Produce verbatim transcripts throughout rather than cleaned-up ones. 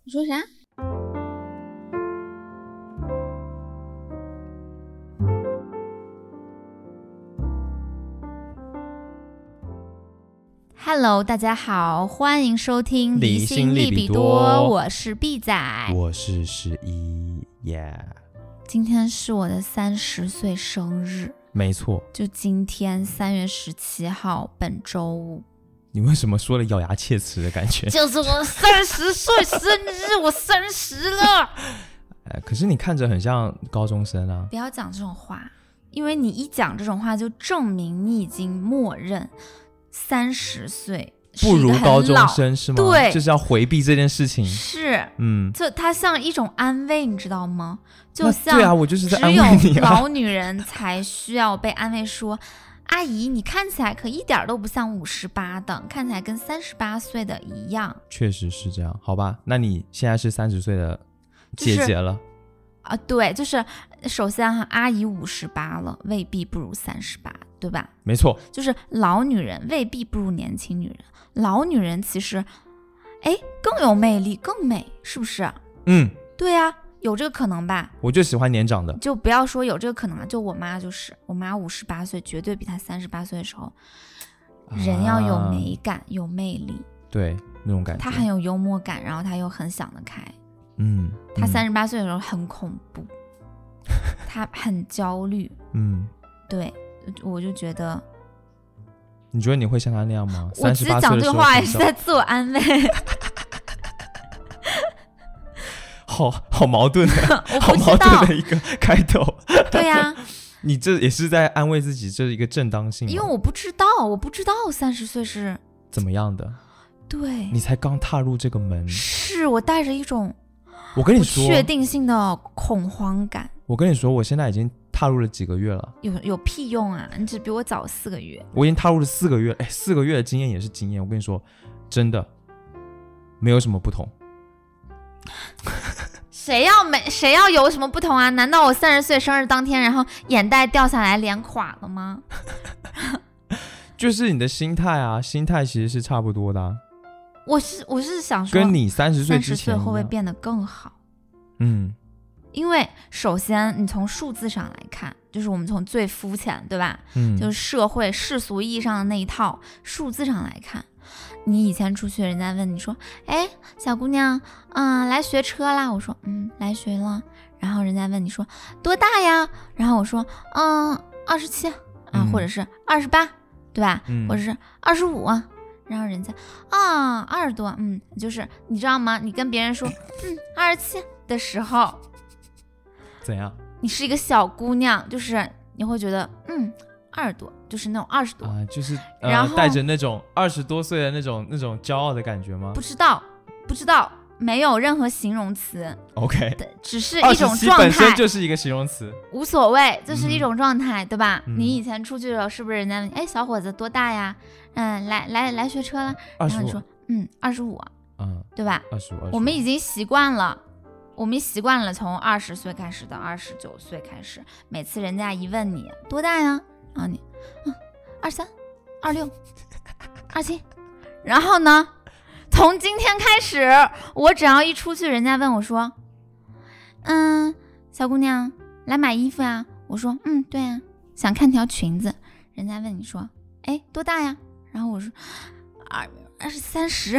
你说啥？Hello， 大家好，欢迎收听离心利比多， 我是 B 仔， 我是十一耶。 今天是我的三十岁生日， 没错， 就今天三月十七号，本周五。 你为什么说了咬牙切齿的感觉？ 就是我三十岁生日，我三十了。 哎，可是你看着很像高中生啊！ 不要讲这种话，因为你一讲这种话，就证明你已经默认三十岁不如高中生是吗？ 对， 就是要回避这件事情。 是， 嗯， 就它像一种安慰，你知道吗？就像对啊，我就是在安慰你啊。 只有老女人才需要被安慰说。阿姨，你看起来可一点都不像五十八的，看起来跟三十八岁的一样。 确实是这样，好吧？那你现在是三十岁的姐姐了、就是、 啊？对，就是首先哈，阿姨五十八了，未必不如三十八，对吧？ 没错， 就是老女人未必不如年轻女人，老女人其实，哎，更有魅力，更美，是不是？嗯，对呀、啊。有这个可能吧， 我就喜欢年长的， 就不要说有这个可能了。就我妈就是，我妈五十八岁，绝对比她三十八岁的时候，啊、人要有美感，有魅力， 对那种感觉。 她很有幽默感，然后她又很想得开。 嗯， 她三十八岁的时候很恐怖，她、嗯、很焦虑。 嗯， 对，我就觉得， 你觉得你会像她那样吗？ 我其实讲这个话也是在自我安慰。 好好矛盾的，好矛盾的一个开头。 对呀、啊， 你这也是在安慰自己，这是一个正当性。 因为我不知道，我不知道三十岁是怎么样的。 对， 你才刚踏入这个门， 是我带着一种我跟你说不确定性的恐慌感。 我跟你说，我现在已经踏入了几个月了。 有有屁用啊！你只比我早四个月。 我已经踏入了四个月，哎，四个月的经验也是经验。我跟你说，真的没有什么不同。 谁要没谁要有什么不同啊？难道我三十岁生日当天，然后眼袋掉下来，脸垮了吗？ 就是你的心态啊，心态其实是差不多的、啊。 我是我是想说， 跟你三十岁之前会不会变得更好？ 嗯， 因为首先你从数字上来看，就是我们从最肤浅，对吧？嗯，就是社会世俗意义上的那一套数字上来看。你以前出去，人家问你说：“哎，小姑娘，嗯，来学车啦？”我说：“嗯，来学了。”然后人家问你说：“多大呀？”然后我说：“嗯，二十七啊， 嗯、 或者是二十八，对吧？ 嗯、 或者是二十五啊。”然后人家啊，二十多，嗯，就是你知道吗？你跟别人说嗯二十七的时候， 怎样？ 你是一个小姑娘，就是你会觉得嗯。二十多，就是那种二十多啊，就是、呃、 然后带着那种二十多岁的那种那种骄傲的感觉吗？ 不知道，不知道，没有任何形容词。 OK， 只是一种状态， 本身就是一个形容词， 无所谓，这、就是一种状态，嗯、对吧、 嗯？ 你以前出去的时候，是不是人家问你，哎，小伙子多大呀？嗯，来来来学车了，然后你说，嗯，二十五，嗯，对吧？ 二十五， 我们已经习惯了。我们习惯了从二十岁开始到二十九岁开始，每次人家一问你多大呀？然后你，嗯，二三、二六、二七，然后呢，从今天开始，我只要一出去，人家问我说，嗯，小姑娘来买衣服呀？我说，嗯，对呀，想看条裙子。人家问你说，哎，多大呀？然后我说，二二十三十，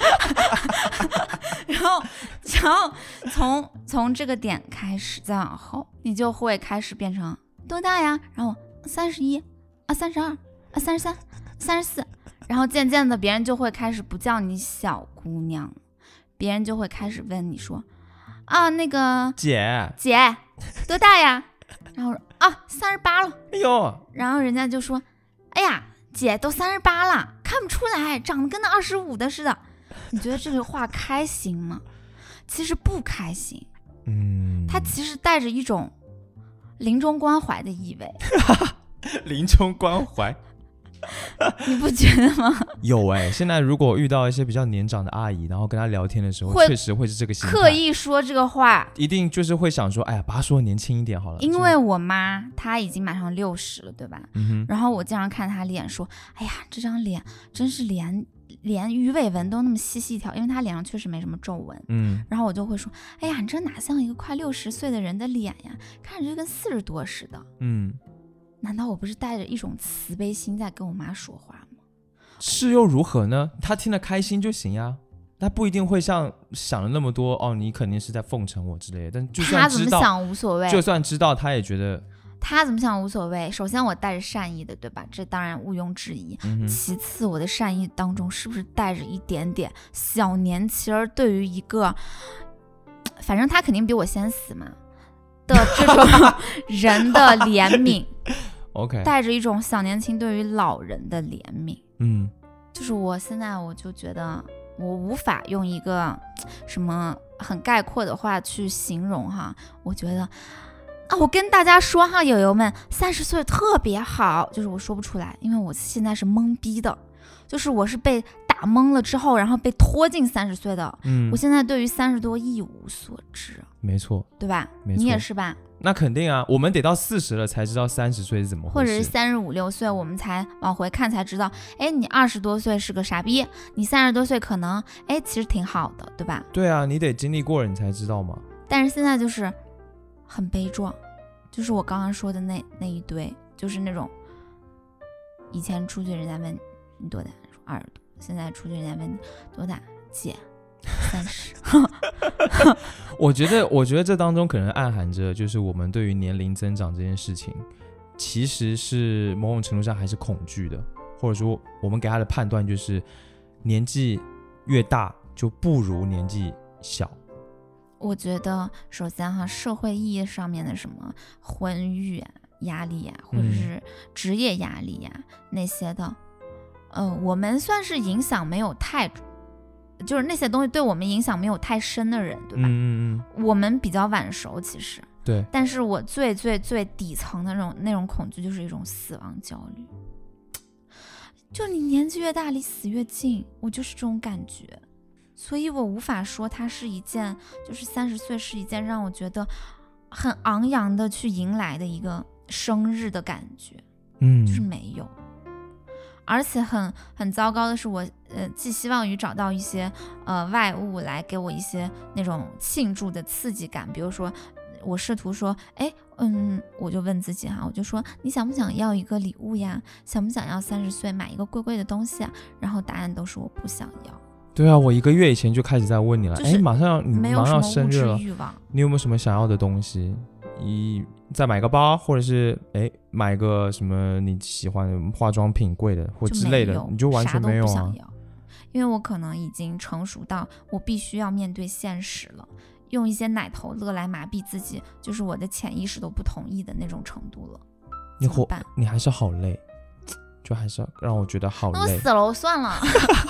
然后，然后从从这个点开始，再往后，你就会开始变成多大呀？然后。三十一啊，三十二啊，三十三，三十四，然后渐渐的，别人就会开始不叫你小姑娘，别人就会开始问你说，啊，那个姐姐多大呀？然后啊，三十八了。 哎呦， 然后人家就说，哎呀，姐都三十八了，看不出来，长得跟那二十五的似的。你觉得这个话开心吗？其实不开心，嗯，它其实带着一种。临终关怀的意味。 临终关怀你不觉得吗？ 有哎、欸，现在如果遇到一些比较年长的阿姨，然后跟她聊天的时候，确实会是这个心态， 刻意说这个话， 一定就是会想说，哎呀，把她说的年轻一点好了。 因为我妈她已经马上六十了，对吧？ 嗯哼。 然后我经常看她脸说，哎呀，这张脸真是脸连鱼尾纹都那么细细一条，因为他脸上确实没什么皱纹。 嗯， 然后我就会说，哎呀，你这哪像一个快六十岁的人的脸呀，看着就跟四十多似的。 嗯， 难道我不是带着一种慈悲心在跟我妈说话吗？ 是又如何呢？他听得开心就行呀。他不一定会像想了那么多哦，你肯定是在奉承我之类的。但就算知道， 他怎么想无所谓。 就算知道，他也觉得他怎么想无所谓。首先我带着善意的，对吧？这当然毋庸置疑。 嗯、 其次，我的善意当中是不是带着一点点小年轻儿对于一个，反正他肯定比我先死嘛的这种人的怜悯 ？OK， 带着一种小年轻对于老人的怜悯。 嗯， 就是我现在我就觉得。我无法用一个什么很概括的话去形容哈，我觉得啊，我跟大家说哈，友友们，三十岁特别好，就是我说不出来，因为我现在是懵逼的，就是我是被打懵了之后，然后被拖进三十岁的，嗯，我现在对于三十多一无所知， 没错， 对吧？ 没错， 你也是吧？ 那肯定啊，我们得到四十了才知道三十岁是怎么回事， 或者是三十五六岁，我们才往回看才知道，哎，你二十多岁是个傻逼，你三十多岁可能，哎，其实挺好的，对吧？ 对啊，你得经历过了你才知道嘛。 但是现在就是很悲壮，就是我刚刚说的那那一堆，就是那种以前出去人家问你多大，说二十多，现在出去人家问你多大，姐。三十， 我觉得，我觉得这当中可能暗含着，就是我们对于年龄增长这件事情，其实是某种程度上还是恐惧的，或者说我们给他的判断就是，年纪越大就不如年纪小。 我觉得，首先哈，社会意义上面的什么婚育啊、压力啊，或者是职业压力呀、啊嗯、那些的，呃，我们算是影响没有太。就是那些东西对我们影响没有太深的人，对吧？ 嗯嗯嗯，我们比较晚熟，其实。 对。 但是我最最最底层的那种那种恐惧，就是一种死亡焦虑。就你年纪越大，离死越近，我就是这种感觉。所以我无法说它是一件，就是三十岁是一件让我觉得很昂扬的去迎来的一个生日的感觉。 嗯， 就是没有。而且很很糟糕的是我，呃，寄希望于找到一些呃外物来给我一些那种庆祝的刺激感，比如说，我试图说，哎，嗯，我就问自己哈，我就说你想不想要一个礼物呀？想不想要三十岁买一个贵贵的东西啊？然后答案都是我不想要。 对啊，我一个月以前就开始在问你了，哎、就是，马上要你马上要生日了，你有没有什么想要的东西？一再买个包，或者是哎买个什么你喜欢的化妆品贵的或之类的，你就完全没有啊？啥都不想要， 因为我可能已经成熟到我必须要面对现实了，用一些奶头乐来麻痹自己，就是我的潜意识都不同意的那种程度了。 你活你还是好累，就还是让我觉得好累。 那我死了，我算了。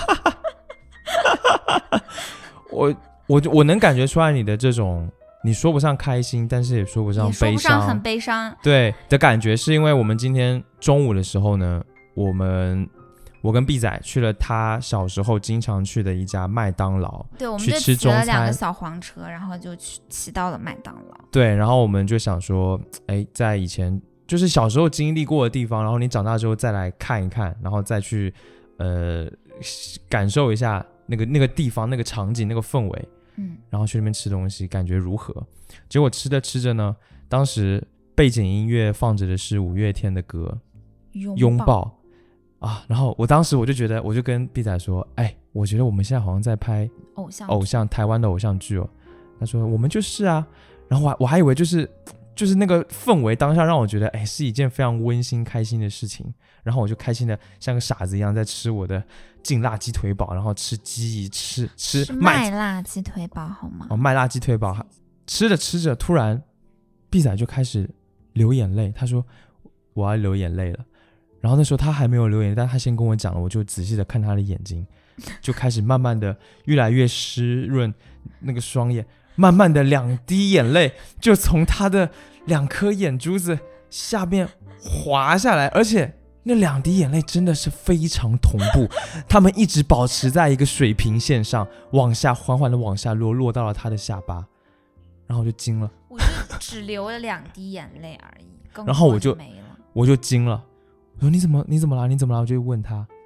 我我我能感觉出来你的这种。你说不上开心，但是也说不上悲伤， 也说不上很悲伤。 对的感觉，是因为我们今天中午的时候呢，我们我跟 B 仔去了他小时候经常去的一家麦当劳， 对，我们就骑了两个小黄车，然后就去骑到了麦当劳。 对，然后我们就想说，哎，在以前就是小时候经历过的地方，然后你长大之后再来看一看，然后再去呃感受一下那个那个地方、那个场景、那个氛围。 嗯， 然后去那边吃东西，感觉如何？结果吃着吃着呢，当时背景音乐放着的是五月天的歌《拥抱》啊，然后我当时我就觉得，我就跟 B 仔说，哎，我觉得我们现在好像在拍偶像偶像台湾的偶像剧哦。他说我们就是啊，然后我还我还以为就是就是那个氛围当下让我觉得，哎，是一件非常温馨开心的事情。然后我就开心的像个傻子一样在吃我的劲辣鸡腿堡，然后吃鸡吃吃是麦辣鸡腿堡好吗？ 哦，麦辣鸡腿堡，吃着吃着，突然 B 仔就开始流眼泪，他说我要流眼泪了。然后那时候他还没有流眼泪，但他先跟我讲了，我就仔细的看他的眼睛，就开始慢慢的越来越湿润，那个双眼慢慢的两滴眼泪就从他的两颗眼珠子下面滑下来，而且那两滴眼泪真的是非常同步，他们一直保持在一个水平线上，往下缓缓的往下落，落到了他的下巴，然后我就惊了， 我就只流了两滴眼泪而已， 然后我就没了， 我就惊了，我说你怎么你怎么了你怎么了？我就问他，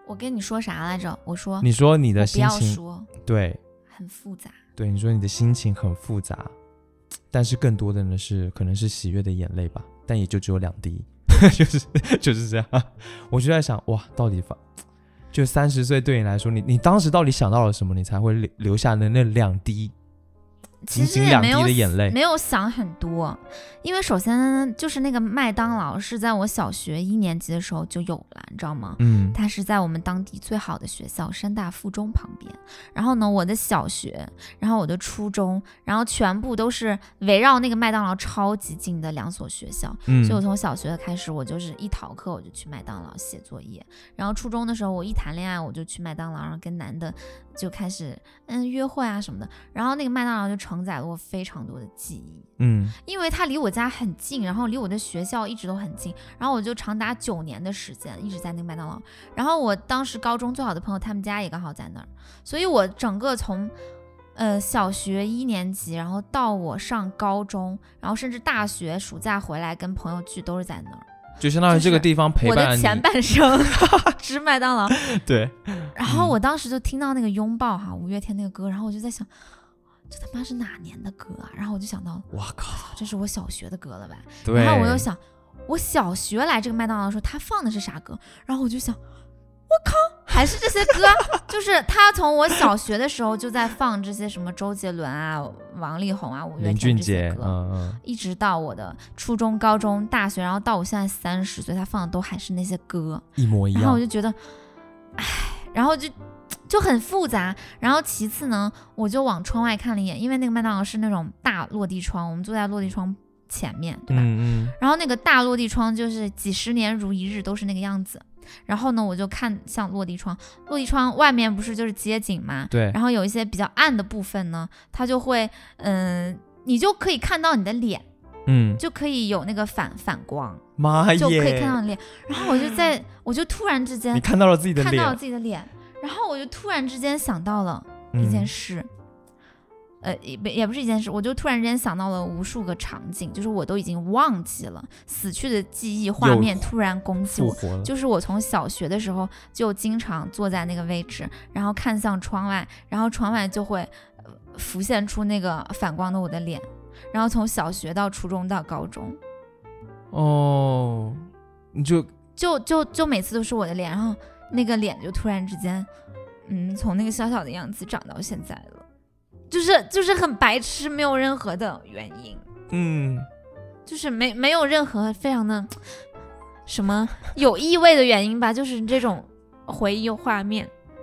我跟你说啥来着？我说你说你的心我不要情， 说， 对很复杂。 对，你说你的心情很复杂，但是更多的呢是可能是喜悦的眼泪吧，但也就只有两滴，就是就是这样。我就在想，哇，到底发就三十岁对你来说，你你当时到底想到了什么，你才会留留下的那两滴， 其实仅仅两滴也没有的眼泪？ 没有想很多，因为首先就是那个麦当劳是在我小学一年级的时候就有了，你知道吗？ 嗯它是在我们当地最好的学校山大附中旁边。然后呢，我的小学，然后我的初中，然后全部都是围绕那个麦当劳超级近的两所学校。 嗯， 所以我从小学开始，我就是一逃课我就去麦当劳写作业。然后初中的时候，我一谈恋爱我就去麦当劳，然后跟男的就开始嗯约会啊什么的。然后那个麦当劳就承载了我非常多的记忆。 嗯因为它离我家很近，然后离我的学校一直都很近，然后我就长达九年的时间一直在那个麦当劳。然后我当时高中最好的朋友他们家也刚好在那儿，所以我整个从呃小学一年级，然后到我上高中，然后甚至大学暑假回来跟朋友聚都是在那儿， 就相当于这个地方陪我的伴了你。 前半生吃麦当劳。 对， 然后我当时就听到那个拥抱哈，五月天那个歌，然后我就在想，这他妈是哪年的歌啊？然后我就想到， 哇靠， 这是我小学的歌了吧？ 对， 然后我又想，我小学来这个麦当劳的时候，他放的是啥歌？然后我就想，我靠，还是这些歌，就是他从我小学的时候就在放这些什么周杰伦啊、王力宏啊、五月林俊天这些杰， 歌， 嗯嗯， 一直到我的初中、高中、大学，然后到我现在三十岁，他放的都还是那些歌， 一模一样。 然后我就觉得，唉，然后就。就很复杂，然后其次呢，我就往窗外看了一眼，因为那个麦当劳是那种大落地窗，我们坐在落地窗前面，对吧？ 嗯嗯， 然后那个大落地窗就是几十年如一日都是那个样子。然后呢，我就看向落地窗，落地窗外面不是就是街景嘛？ 对。 然后有一些比较暗的部分呢，它就会，嗯、呃，你就可以看到你的脸， 嗯， 就可以有那个反反光， 妈耶， 就可以看到你脸。然后我就在，我就突然之间， 你看到了自己的脸， 看到了自己的脸。然后我就突然之间想到了一件事，嗯、呃，也也不是一件事，我就突然之间想到了无数个场景，就是我都已经忘记了，死去的记忆画面突然攻击我，就是我从小学的时候就经常坐在那个位置，然后看向窗外，然后窗外就会浮现出那个反光的我的脸，然后从小学到初中到高中， 哦，你就就就就每次都是我的脸，然后。那个脸就突然之间，嗯，从那个小小的样子长到现在了，就是就是很白痴，没有任何的原因， 嗯， 就是没没有任何非常的什么有意味的原因吧，就是这种回忆画面。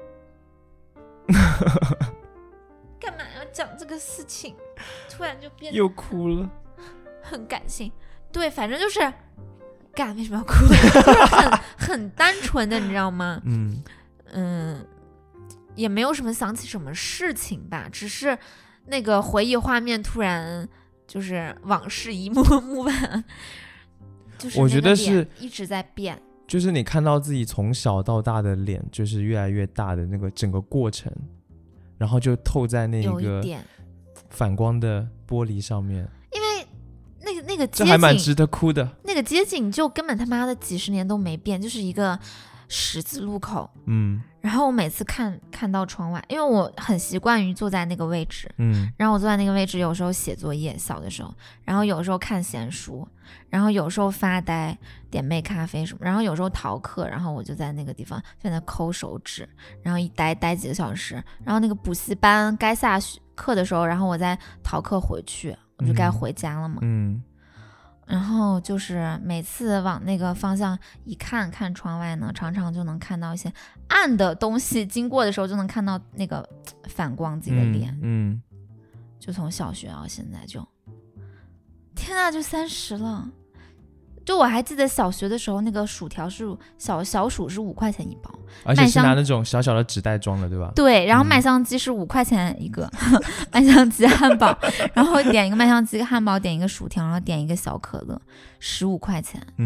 干嘛要讲这个事情？突然就变又哭了， 很感性。对，反正就是。干为什么要哭？就是很很单纯的，你知道吗？ 嗯嗯，也没有什么想起什么事情吧，只是那个回忆画面突然就是往事一幕幕吧，就是我觉得是一直在变， 就是你看到自己从小到大的脸，就是越来越大的那个整个过程，然后就透在那个反光的玻璃上面， 因为。那个那个街景， 这还蛮值得哭的。 那个街景就根本他妈的几十年都没变，就是一个十字路口。 嗯， 然后我每次看看到窗外，因为我很习惯于坐在那个位置， 嗯， 然后我坐在那个位置，有时候写作业，小的时候，然后有时候看闲书，然后有时候发呆，点杯咖啡什么，然后有时候逃课，然后我就在那个地方在那抠手指，然后一待待几个小时，然后那个补习班该下课的时候，然后我再逃课回去。我就该回家了嘛， 嗯， 然后就是每次往那个方向一看，看窗外呢，常常就能看到一些暗的东西经过的时候，就能看到那个反光自己的脸， 嗯，嗯就从小学到现在就，天啊，就三十了。就我还记得小学的时候，那个薯条是小小薯是五块钱一包， 而且是拿那种小小的纸袋装的，对吧？ 对，然后麦香鸡是五块钱一个，嗯、麦香鸡汉堡，然后点一个麦香鸡汉堡，点一个薯条，然后点一个小可乐，十五块钱。 嗯，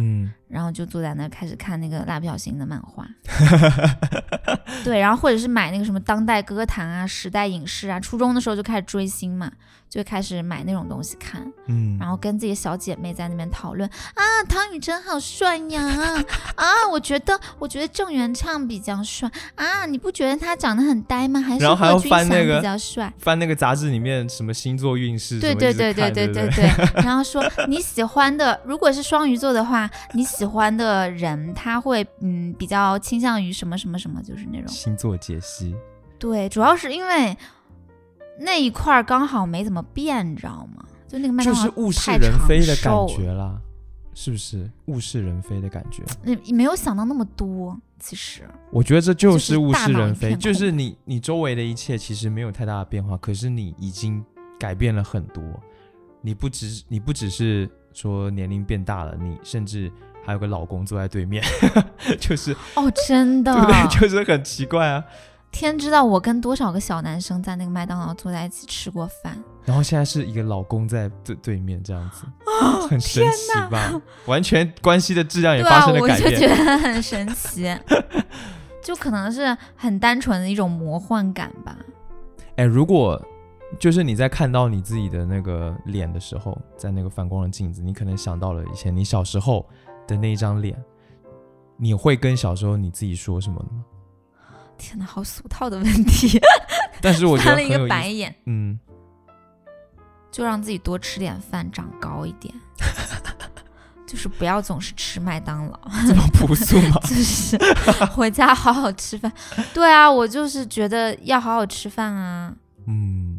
然后就坐在那开始看那个蜡笔小新的漫画对，然后或者是买那个什么当代歌坛啊、时代影视啊，初中的时候就开始追星嘛，就开始买那种东西看， 嗯， 然后跟自己小姐妹在那边讨论啊，汤宇真好帅呀啊，我觉得我觉得郑元畅比较帅啊，你不觉得他长得很呆吗？还是然后还要霍君祥翻那个比较帅？ 翻那个杂志里面什么星座运势， 对对对对对对对然后说你喜欢的，如果是双鱼座的话，你喜欢的人他会嗯比较倾向于什么什么什么，就是那种星座解析。 对，主要是因为那一块刚好没怎么变，你知道吗？就那个麦当劳就是物是人非的感觉啦，是不是物是人非的感觉？ 你没有想到那么多，其实我觉得这就是物是人非， 就是就是你你周围的一切其实没有太大的变化，可是你已经改变了很多。你不只你不只是说年龄变大了，你甚至还有个老公坐在对面，就是哦，真的， 对不对？就是很奇怪啊。 天知道我跟多少个小男生在那个麦当劳坐在一起吃过饭， 然后现在是一个老公在对对面这样子，哦、很神奇吧？完全关系的质量也发生了改变， 对啊，我就觉得很神奇，就可能是很单纯的一种魔幻感吧。 哎，如果就是你在看到你自己的那个脸的时候，在那个反光的镜子，你可能想到了以前你小时候的那一张脸，你会跟小时候你自己说什么的吗？ 天哪，好俗套的问题。 但是我觉得翻了一个白眼。 嗯， 就让自己多吃点饭，长高一点。就是不要总是吃麦当劳， 这么朴素吗？ 就是回家好好吃饭。对啊，我就是觉得要好好吃饭啊。 嗯，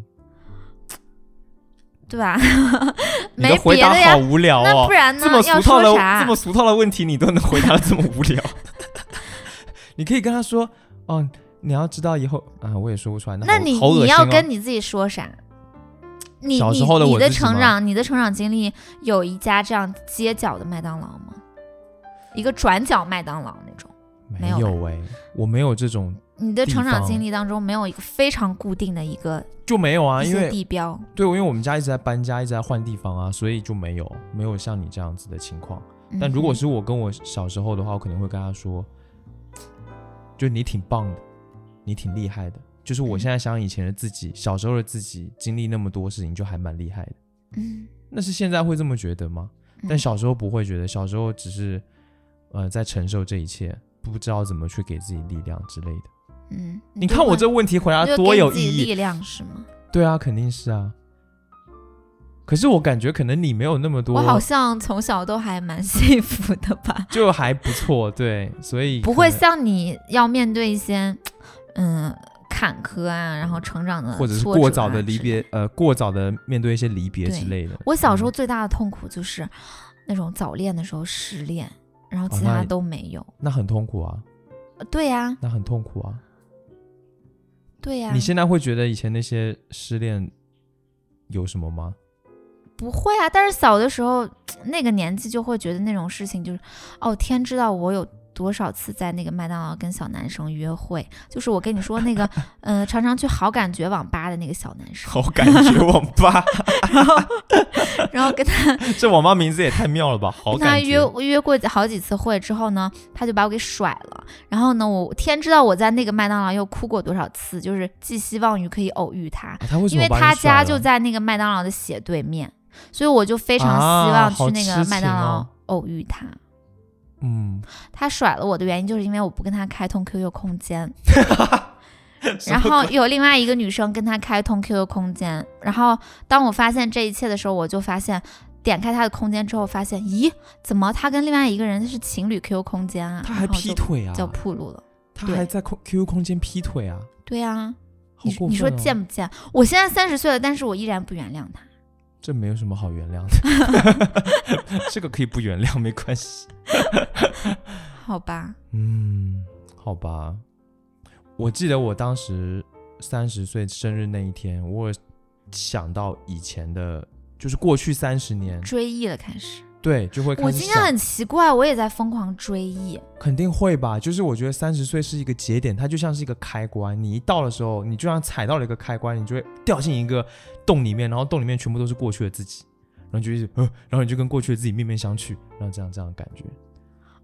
对吧？ 你的回答好无聊哦。 那不然呢？ 这么俗套的要说啥？ 这么俗套的问题你都能回答的这么无聊。你可以跟他说哦，你要知道以后啊，我也说不出来。那, 那你、 哦、 你要跟你自己说啥？你小时候的我你的成长，你的成长经历有一家这样街角的麦当劳吗？一个转角麦当劳那种？ 没有哎、欸，我没有这种。 你的成长经历当中没有一个非常固定的一个就没有啊，因为地标。 对，因为我们家一直在搬家，一直在换地方啊，所以就没有没有像你这样子的情况。 嗯、 但如果是我跟我小时候的话，我可能会跟他说，就你挺棒的，你挺厉害的。就是我现在想以前的自己，嗯、小时候的自己经历那么多事情，就还蛮厉害的。 嗯， 那是现在会这么觉得吗？ 嗯、 但小时候不会觉得，小时候只是呃在承受这一切，不知道怎么去给自己力量之类的。 嗯， 你看我这问题回答多有意义， 力量是吗？ 对啊，肯定是啊。可是我感觉可能你没有那么多， 我好像从小都还蛮幸福的吧， 就还不错，对，所以不会像你要面对一些嗯坎坷啊，然后成长的、啊、 或者是过早的离别，呃，过早的面对一些离别之类的。 我小时候最大的痛苦就是那种早恋的时候失恋，然后其他都没有， 哦、那, 那很痛苦啊。 对呀、啊， 那很痛苦啊。 对呀、啊， 你现在会觉得以前那些失恋有什么吗？ 不会啊，但是小的时候那个年纪就会觉得那种事情就是，哦，天知道我有多少次在那个麦当劳跟小男生约会，就是我跟你说那个，呃，常常去好感觉网吧的那个小男生。 好感觉网吧， 然后然后跟他这网吧名字也太妙了吧！好感觉。 跟他约约过好几次会之后呢，他就把我给甩了。然后呢，我天知道我在那个麦当劳又哭过多少次，就是寄希望于可以偶遇他， 啊、他为什么因为他家就在那个麦当劳的斜对面，所以我就非常希望去那个麦当劳偶遇他。啊嗯， 他甩了我的原因就是因为我不跟他开通 Q Q 空间，然后有另外一个女生跟他开通 Q Q 空间，然后当我发现这一切的时候，我就发现点开他的空间之后，发现咦，怎么他跟另外一个人是情侣 Q Q 空间啊？ 他还劈腿啊？ 就暴露了， 他还在 Q Q 空间劈腿啊？ 对啊， 好过分哦、 你, 你说贱不贱？我现在三十岁了，但是我依然不原谅他。 这没有什么好原谅的，这个可以不原谅，没关系。 好吧， 嗯，好吧。我记得我当时三十岁生日那一天，我有想到以前的，就是过去三十年追忆了，开始。 对，就会开始想。 我今天很奇怪，我也在疯狂追忆。 肯定会吧，就是我觉得三十岁是一个节点，它就像是一个开关，你一到的时候，你就像踩到了一个开关，你就会掉进一个洞里面，然后洞里面全部都是过去的自己，然后就一直，呃，然后你就跟过去的自己面面相觑，然后这样这样的感觉。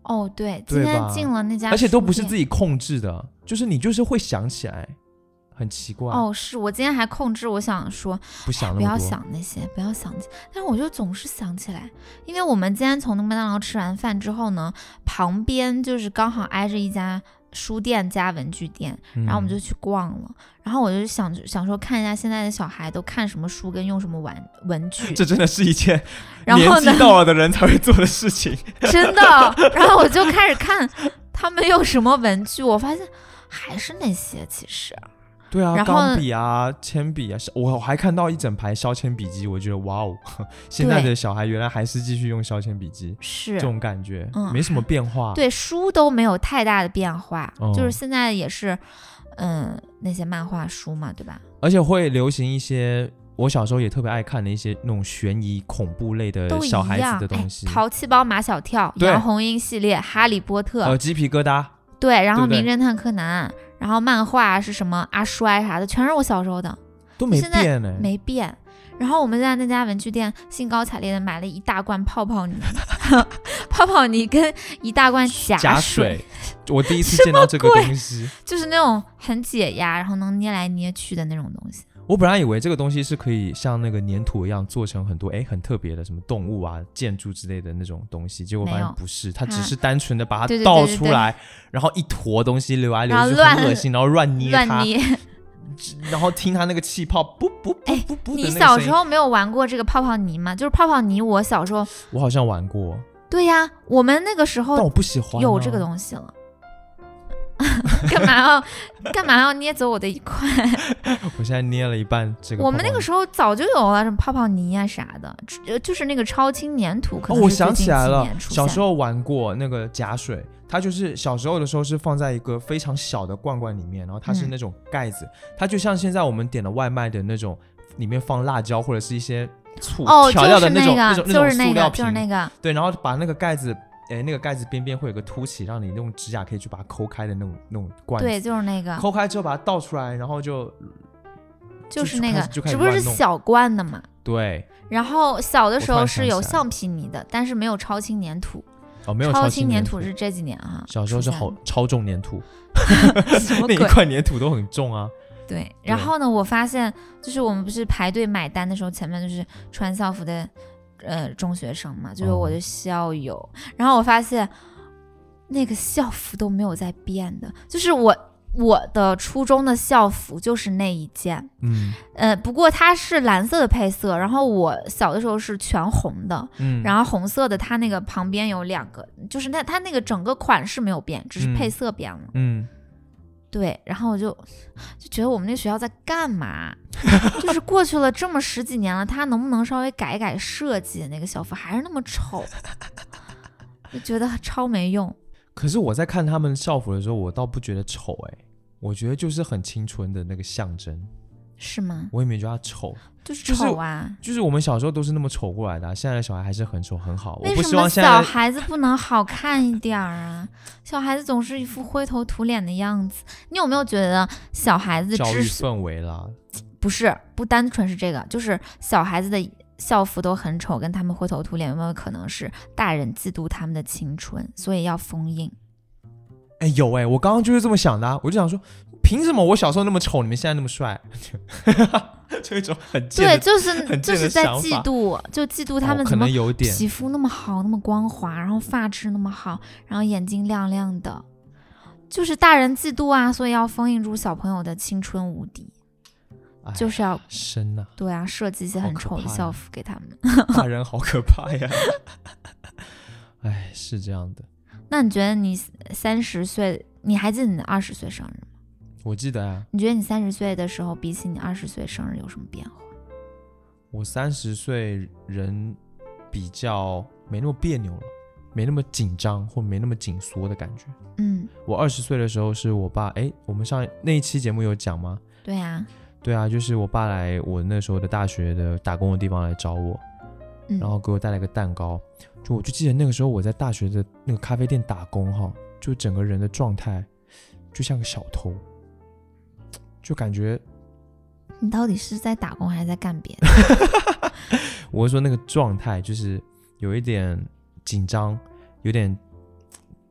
哦，对， 对吧今天进了那家书店， 而且都不是自己控制的，就是你就是会想起来，很奇怪。 哦，是我今天还控制，我想说不想那么多， 不要想那些，不要想那些，但是我就总是想起来，因为我们今天从那个麦当劳吃完饭之后呢，旁边就是刚好挨着一家书店加文具店，然后我们就去逛了，嗯、然后我就想想说看一下现在的小孩都看什么书跟用什么玩文具， 这真的是一件年纪到了的人才会做的事情， 真的。然后我就开始看他们用什么文具，我发现还是那些，其实。 对啊，钢笔啊，铅笔啊，我还看到一整排削铅笔机，我觉得哇哦，现在的小孩原来还是继续用削铅笔机， 是这种感觉、嗯，没什么变化。 对，书都没有太大的变化， 嗯、 就是现在也是，嗯，那些漫画书嘛，对吧？ 而且会流行一些我小时候也特别爱看的一些那种悬疑恐怖类的小孩子的东西， 哎、淘气包马小跳、杨红樱系列、哈利波特， 呃，鸡皮疙瘩， 对，然后名侦探柯南。然后漫画是什么阿衰啥的，全是我小时候的， 都没变呢、 欸，没变。然后我们在那家文具店兴高采烈的买了一大罐泡泡泥，泡泡泥跟一大罐假水， 假水我第一次见到这个东西， 就是那种很解压，然后能捏来捏去的那种东西。 我本来以为这个东西是可以像那个粘土一样做成很多哎很特别的什么动物啊、建筑之类的那种东西，结果发现不是，它只是单纯的把它倒出来，对对对对，然后一坨东西流来流去很恶心，然后乱捏它， 乱捏然后听它那个气泡噗噗噗噗噗的那个声音。 你小时候没有玩过这个泡泡泥吗？就是泡泡泥，我小时候我好像玩过。 对呀，我们那个时候但我不喜欢、啊、 有这个东西了。干嘛要干嘛要捏走我的一块？ 我现在捏了一半这个泡泡泥。 我们那个时候早就有了什么泡泡泥啊啥的，就是那个超轻粘土。可能哦，我想起来了， 小时候玩过那个假水，它就是小时候的时候是放在一个非常小的罐罐里面，然后它是那种盖子、嗯，它就像现在我们点了外卖的那种，里面放辣椒或者是一些醋哦调料的那种、 就是那个、 那种、 就是那个、 塑料瓶， 就是那个， 对，然后把那个盖子。哎，那个盖子边边会有个凸起，让你用指甲可以去把它抠开的那种那种罐子。 对，就是那个。 抠开之后把它倒出来，然后就就是那个， 只不过是小罐的嘛。 对。 然后小的时候是有橡皮泥的，但是没有超轻粘土。 哦，没有超轻粘土是这几年啊。 小时候是好超重粘土， 什么鬼？ 那一块粘土都很重啊。 对，然后呢，我发现就是我们不是排队买单的时候，前面就是穿校服的。呃，中学生嘛，就是我的校友、哦，然后我发现那个校服都没有在变的，就是我我的初中的校服就是那一件， 嗯， 呃，不过它是蓝色的配色，然后我小的时候是全红的， 嗯， 然后红色的它那个旁边有两个，就是它它那个整个款式没有变，只是配色变了， 嗯。嗯对，然后我就就觉得我们那学校在干嘛？就是过去了这么十几年了，他能不能稍微改一改设计？那个校服还是那么丑，就觉得超没用。 可是我在看他们校服的时候，我倒不觉得丑哎、欸，我觉得就是很青春的那个象征。 是吗？ 我也没觉得他丑， 就是丑啊、 就是！就是我们小时候都是那么丑过来的、啊，现在的小孩还是很丑很好。 为什么小孩子不能好看一点啊？小孩子总是一副灰头土脸的样子。你有没有觉得小孩子教育氛围啦？ 不是，不单纯是这个，就是小孩子的校服都很丑，跟他们灰头土脸，有没有可能是大人嫉妒他们的青春，所以要封印？ 哎，有哎、欸，我刚刚就是这么想的、啊，我就想说。凭什么我小时候那么丑，你们现在那么帅？就一种很贱的， 对，就是很就是在嫉妒，就嫉妒他们怎么皮肤那么好，那么光滑，然后发质那么好，然后眼睛亮亮的，就是大人嫉妒啊，所以要封印住小朋友的青春无敌，就是要深啊， 对啊，设计一些很丑的校服给他们。 大人好可怕呀！哎，是这样的。 那你觉得你三十岁，你还记得你的二十岁生日吗？ 我记得啊。 你觉得你三十岁的时候比起你二十岁生日有什么变化？ 我三十岁人比较没那么别扭了，没那么紧张或没那么紧缩的感觉。 嗯， 我二十岁的时候是我爸，哎，我们上那一期节目有讲吗？ 对啊， 对啊，就是我爸来我那时候的大学的打工的地方来找我， 嗯、 然后给我带来个蛋糕。就我就记得那个时候我在大学的那个咖啡店打工哈，就整个人的状态就像个小偷。就感觉你到底是在打工还是在干别的？ 我是说那个状态就是有一点紧张，有点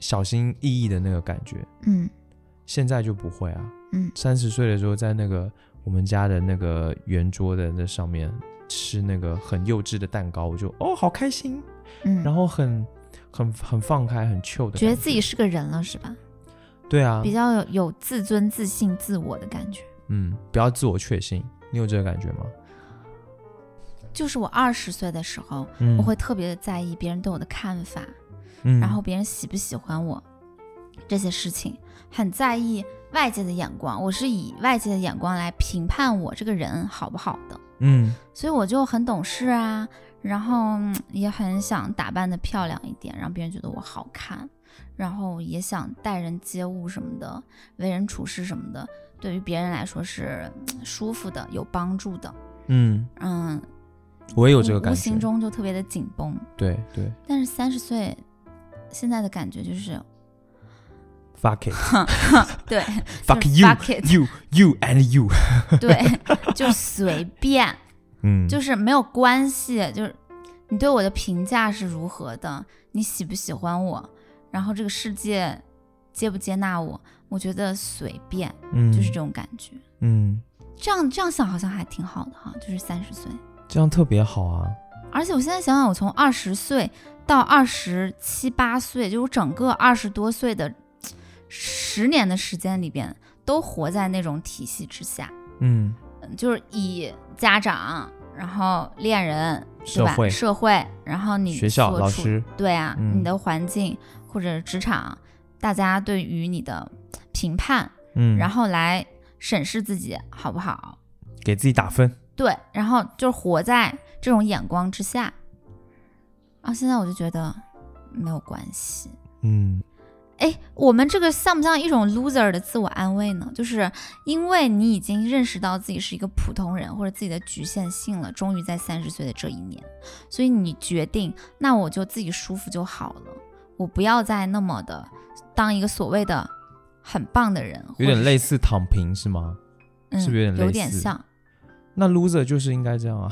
小心翼翼的那个感觉。 嗯， 现在就不会啊。 嗯， 三十岁的时候，在那个我们家的那个圆桌的那上面吃那个很幼稚的蛋糕，我就哦好开心， 嗯， 然后很很很放开，很 chill 的感觉， 觉得自己是个人了是吧？ 对啊， 比较有有自尊、自信、自我的感觉。 嗯，不要自我确信，你有这个感觉吗？ 就是我二十岁的时候， 嗯、 我会特别的在意别人对我的看法， 嗯， 然后别人喜不喜欢我这些事情，很在意外界的眼光，我是以外界的眼光来评判我这个人好不好的。 嗯， 所以我就很懂事啊，然后也很想打扮的漂亮一点，让别人觉得我好看，然后也想待人接物什么的，为人处事什么的，对于别人来说是舒服的，有帮助的。 嗯嗯， 我也有这个感觉， 无形中就特别的紧绷。 对对。 但是三十岁现在的感觉就是 fuck it 对 fuck you fuck it you you and you 对，就随便， 嗯， 就是没有关系，就是你对我的评价是如何的，你喜不喜欢我，然后这个世界接不接纳我，我觉得随便， 嗯， 就是这种感觉。 嗯， 这样这样想好像还挺好的哈，就是三十岁， 这样特别好啊。 而且我现在想想，我从二十岁到二十七八岁，就我整个二十多岁的十年的时间里边，都活在那种体系之下。 嗯， 就是以家长，然后恋人， 社会， 社会，然后你学校老师， 对啊、 嗯， 你的环境或者职场，大家对于你的评判， 嗯， 然后来审视自己好不好， 给自己打分。 对，然后就是活在这种眼光之下。啊，现在我就觉得没有关系。 嗯。 哎，我们这个像不像一种 loser 的自我安慰呢？就是因为你已经认识到自己是一个普通人或者自己的局限性了，终于在三十岁的这一年，所以你决定，那我就自己舒服就好了，我不要再那么的当一个所谓的很棒的人， 有点类似躺平是吗？ 嗯、 是不是有点类似？ 有点像。 那 loser 就是应该这样啊。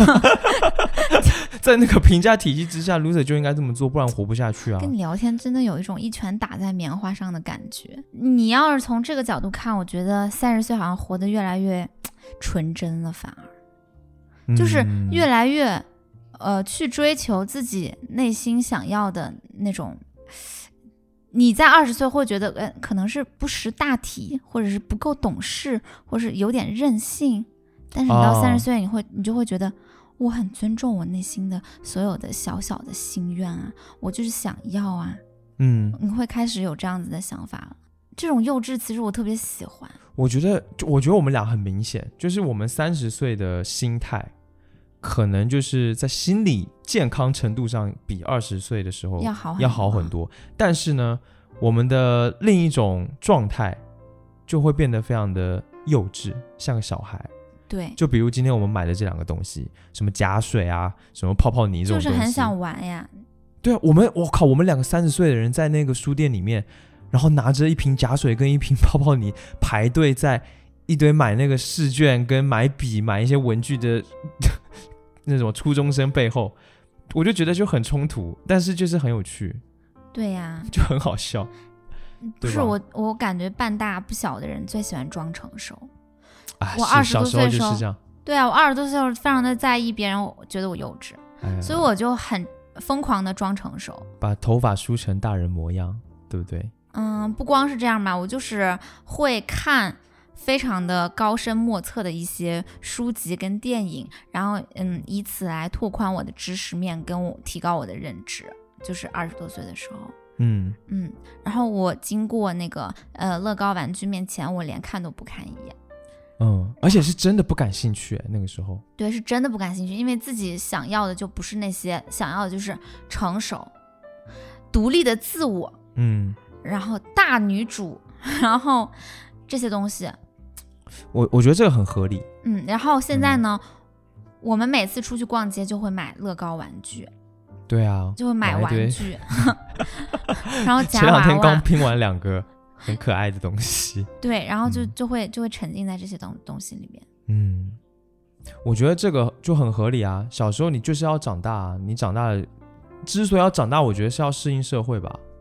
在那个评价体系之下 loser 就应该这么做，不然活不下去啊。 跟你聊天真的有一种一拳打在棉花上的感觉。你要是从这个角度看，我觉得三十岁好像活得越来越纯真了，反而就是越来越、嗯、呃去追求自己内心想要的那种。你在二十岁会觉得呃可能是不识大体，或者是不够懂事，或是有点任性，但是你到三十岁你会、哦、你就会觉得我很尊重我内心的所有的小小的心愿啊，我就是想要啊， 嗯， 你会开始有这样子的想法了。这种幼稚其实我特别喜欢。 我觉得，我觉得我们俩很明显，就是我们三十岁的心态，可能就是在心理健康程度上比二十岁的时候要好要好很多，但是呢，我们的另一种状态就会变得非常的幼稚，像个小孩。 对， 就比如今天我们买的这两个东西，什么假水啊，什么泡泡泥这种东西， 就是很想玩呀。 对啊，我们我靠，我们两个三十岁的人在那个书店里面，然后拿着一瓶假水跟一瓶泡泡泥排队在一堆买那个试卷跟买笔买一些文具的那种初中生背后，我就觉得就很冲突，但是就是很有趣。 对呀、啊， 就很好笑。 不是我，我感觉半大不小的人最喜欢装成熟。 啊、 我二十多岁的时候， 就是这样。 对啊，我二十多岁的时候非常的在意别人觉得我幼稚， 哎、 所以我就很疯狂的装成熟， 把头发梳成大人模样，对不对？ 嗯，不光是这样吧，我就是会看非常的高深莫测的一些书籍跟电影，然后嗯，以此来拓宽我的知识面，跟我提高我的认知。就是二十多岁的时候， 嗯嗯，然后我经过那个呃乐高玩具面前，我连看都不看一眼。 嗯，而且是真的不感兴趣，那个时候。 对，是真的不感兴趣，因为自己想要的就不是那些，想要的就是成熟、独立的自我， 嗯， 然后大女主，然后这些东西。 我我觉得这个很合理。 嗯，然后现在呢、嗯，我们每次出去逛街就会买乐高玩具。 对啊， 就会买玩具，然后夹娃娃。 前两天刚拼完两个很可爱的东西。 对，然后就就会就会沉浸在这些东东西里面。 嗯，我觉得这个就很合理啊。小时候你就是要长大啊，你长大了，之所以要长大，我觉得是要适应社会吧。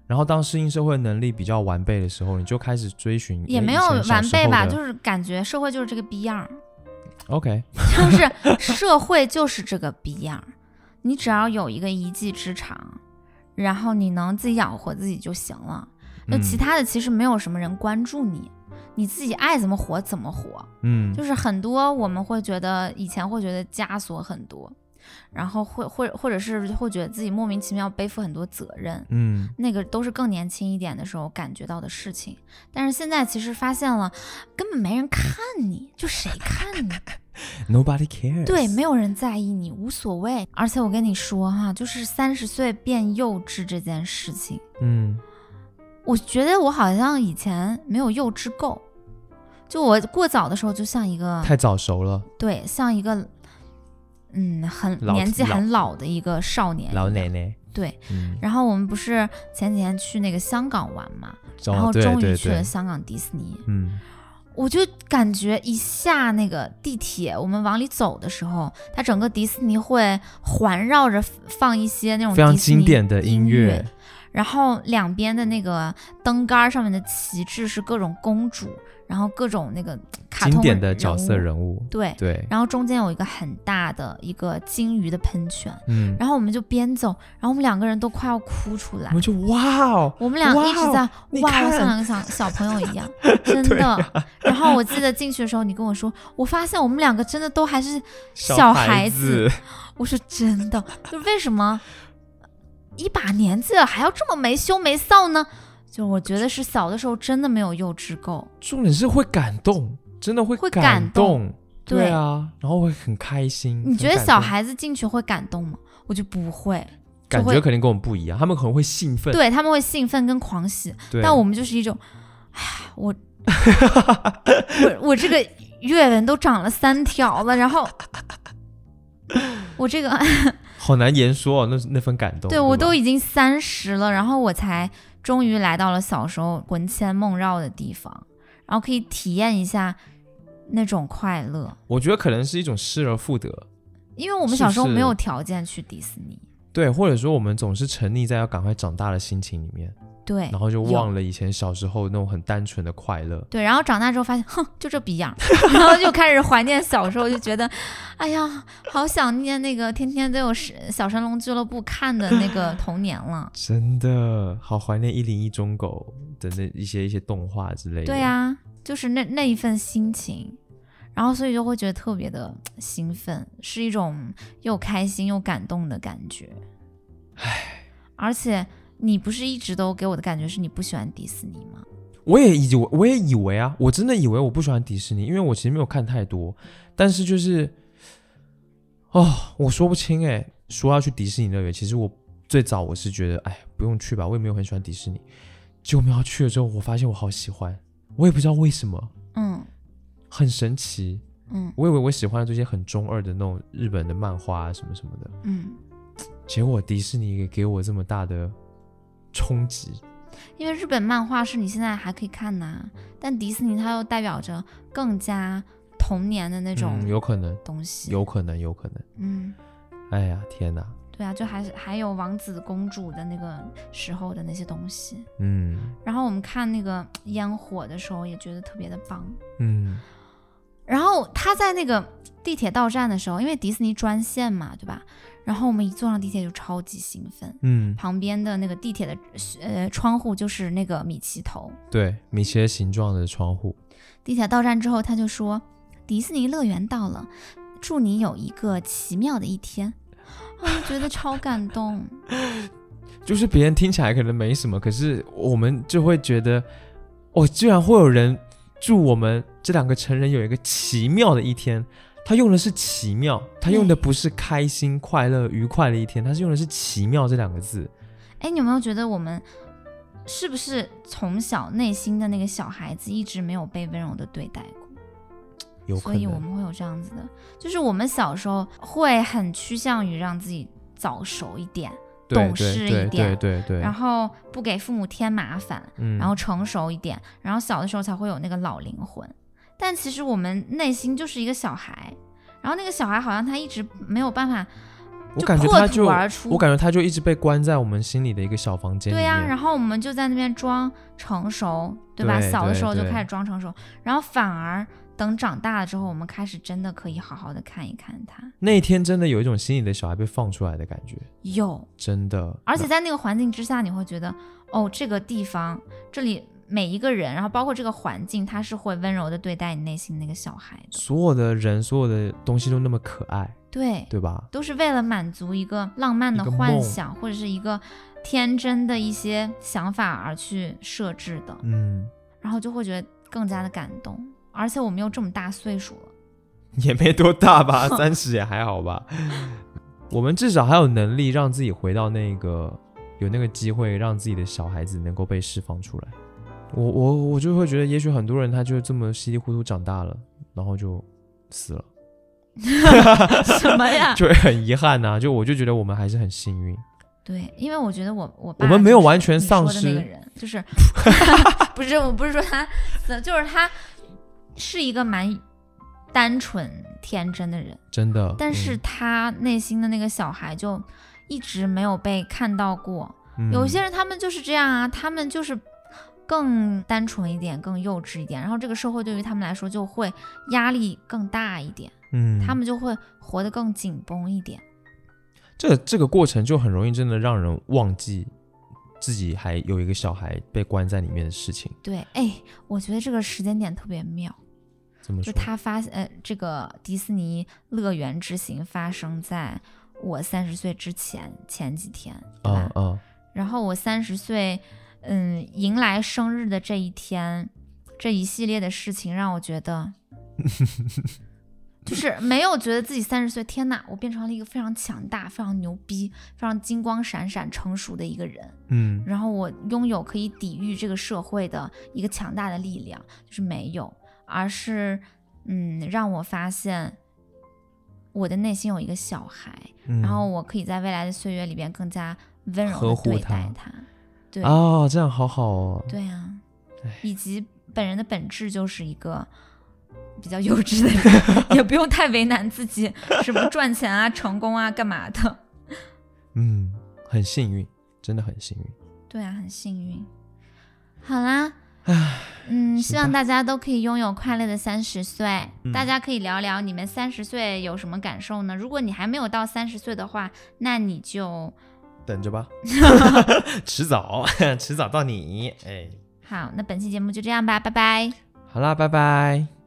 然后当适应社会能力比较完备的时候，你就开始追寻也没有完备吧，就是感觉社会就是这个逼样。 OK， 就是社会就是这个逼样，你只要有一个一技之长，然后你能自己养活自己就行了。就其他的其实没有什么人关注你，嗯、你自己爱怎么活怎么活。 嗯， 就是很多我们会觉得以前会觉得枷锁很多。然后会或或者是会觉得自己莫名其妙背负很多责任， 嗯， 那个都是更年轻一点的时候感觉到的事情。但是现在其实发现了，根本没人看你，就谁看你 ？Nobody cares。 对，没有人在意你，无所谓。而且我跟你说哈，就是三十岁变幼稚这件事情， 嗯， 我觉得我好像以前没有幼稚够，就我过早的时候就像一个太早熟了， 对，像一个。嗯，很年纪很老的一个少年， 老奶奶。 对、 嗯， 然后我们不是前几天去那个香港玩嘛， 哦、 然后终于去了对对对香港迪士尼。 嗯， 我就感觉一下那个地铁，我们往里走的时候，它整个迪士尼会环绕着放一些那种非常经典的音乐， 然后两边的那个灯杆上面的旗帜是各种公主。然后各种那个卡通经典的角色人物， 对对， 然后中间有一个很大的一个金鱼的喷泉， 嗯， 然后我们就边走，然后我们两个人都快要哭出来， 我们就哇哦， 我们俩一直在哇，我像两个小小朋友一样，真的、啊。然后我记得进去的时候，你跟我说，我发现我们两个真的都还是小孩子，我说真的，就为什么一把年纪了还要这么没羞没臊呢？就我觉得是小的时候真的没有幼稚够， 重点是会感动，真的会会感动， 对, 对啊，然后会很开心。 你觉得小孩子进去会感动吗？我就不会， 感觉肯定跟我们不一样，他们可能会兴奋， 对，他们会兴奋跟狂喜，但我们就是一种，哎呀，我我我这个月纹都长了三条了，然后我这个好难言说哦，那那份感动， 对, 对我都已经三十了，然后我才终于来到了小时候魂牵梦绕的地方，然后可以体验一下那种快乐。 我觉得可能是一种失而复得， 因为我们小时候没有条件去迪士尼， 对，或者说我们总是沉溺在要赶快长大的心情里面， 对， 然后就忘了以前小时候那种很单纯的快乐。 对，然后长大之后发现，哼，就这逼样，然后就开始怀念小时候，就觉得，哎呀，好想念那个天天都有小神龙俱乐部看的那个童年了。 真的，好怀念一零一忠狗的那一些一些动画之类的。 对啊，就是那那一份心情，然后所以就会觉得特别的兴奋，是一种又开心又感动的感觉。唉，而且。你不是一直都给我的感觉是你不喜欢迪士尼吗？ 我也以为，我也以为啊，我真的以为我不喜欢迪士尼，因为我其实没有看太多，但是就是，哦，我说不清哎。说要去迪士尼乐园，其实我最早我是觉得，哎，不用去吧，我也没有很喜欢迪士尼。结果我们要去了之后，我发现我好喜欢，我也不知道为什么， 嗯， 很神奇， 嗯， 我以为我喜欢这些很中二的那种日本的漫画啊什么什么的， 嗯， 结果迪士尼给我这么大的冲击， 因为日本漫画是你现在还可以看呐，但迪士尼它又代表着更加童年的那种、 嗯、有可能东西， 有可能有可能， 嗯， 哎呀天哪， 对啊，就还是还有王子公主的那个时候的那些东西， 嗯， 然后我们看那个烟火的时候也觉得特别的棒， 嗯， 然后他在那个地铁到站的时候，因为迪士尼专线嘛，对吧？然后我们一坐上地铁就超级兴奋， 嗯， 旁边的那个地铁的呃窗户就是那个米奇头， 对，米奇的形状的窗户。 地铁到站之后，他就说：“迪士尼乐园到了，祝你有一个奇妙的一天。”啊，我觉得超感动。 就是别人听起来可能没什么，可是我们就会觉得，哦，居然会有人祝我们这两个成人有一个奇妙的一天。他用的是奇妙，他用的不是开心、快乐、愉快的一天，他是用的是奇妙这两个字。 哎，你有没有觉得我们是不是从小内心的那个小孩子一直没有被温柔的对待过？ 有可能， 所以我们会有这样子的，就是我们小时候会很趋向于让自己早熟一点，懂事一点， 对对 对, 对, 对，然后不给父母添麻烦、嗯，然后成熟一点，然后小的时候才会有那个老灵魂。但其实我们内心就是一个小孩，然后那个小孩好像他一直没有办法我感觉他就破土而出。 我感觉他就一直被关在我们心里的一个小房间里面。 对呀、啊，然后我们就在那边装成熟，对吧？ 对小的时候就对开始装成熟，然后反而等长大了之后，我们开始真的可以好好的看一看他。 那一天真的有一种心里的小孩被放出来的感觉， 有， 真的。 而且在那个环境之下，你会觉得，哦，这个地方，这里每一个人，然后包括这个环境，他是会温柔的对待你内心那个小孩的。 所有的人，所有的东西都那么可爱， 对， 对吧？ 都是为了满足一个浪漫的幻想，或者是一个天真的一些想法而去设置的。 嗯， 然后就会觉得更加的感动。而且我们又这么大岁数了， 也没多大吧，三十也还好吧。我们至少还有能力让自己回到那个有那个机会，让自己的小孩子能够被释放出来。我我我就会觉得，也许很多人他就这么稀里糊涂长大了，然后就死了。 什么呀？ 就会很遗憾呐、啊。就我就觉得我们还是很幸运。 对，因为我觉得我我爸我们没有完全丧失那个人，就是不是我不是说他死，就是他是一个蛮单纯天真的人， 真的。 但是他内心的那个小孩就一直没有被看到过。嗯、有些人他们就是这样啊，他们就是更单纯一点，更幼稚一点，然后这个社会对于他们来说就会压力更大一点， 嗯， 他们就会活得更紧绷一点。 这这个过程就很容易真的让人忘记自己还有一个小孩被关在里面的事情。 对，哎，我觉得这个时间点特别妙。 怎么说？ 就他发呃，这个迪士尼乐园之行发生在我三十岁之前前几天，对吧？ 嗯嗯。 然后我三十岁，嗯，迎来生日的这一天，这一系列的事情让我觉得，就是没有觉得自己三十岁，天哪，我变成了一个非常强大、非常牛逼、非常金光闪闪、成熟的一个人。 嗯， 然后我拥有可以抵御这个社会的一个强大的力量，就是没有，而是嗯，让我发现我的内心有一个小孩，嗯、然后我可以在未来的岁月里边更加温柔的对待他。对哦，这样好好哦。 对啊，以及本人的本质就是一个比较幼稚的人，也不用太为难自己，什么赚钱啊、成功啊、干嘛的。 嗯，很幸运，真的很幸运。 对啊，很幸运。好啦，嗯，希望大家都可以拥有快乐的三十岁。嗯、大家可以聊聊你们三十岁有什么感受呢？如果你还没有到三十岁的话，那你就等着吧，迟早，迟早到你。哎， 好，那本期节目就这样吧，拜拜。 好啦，拜拜。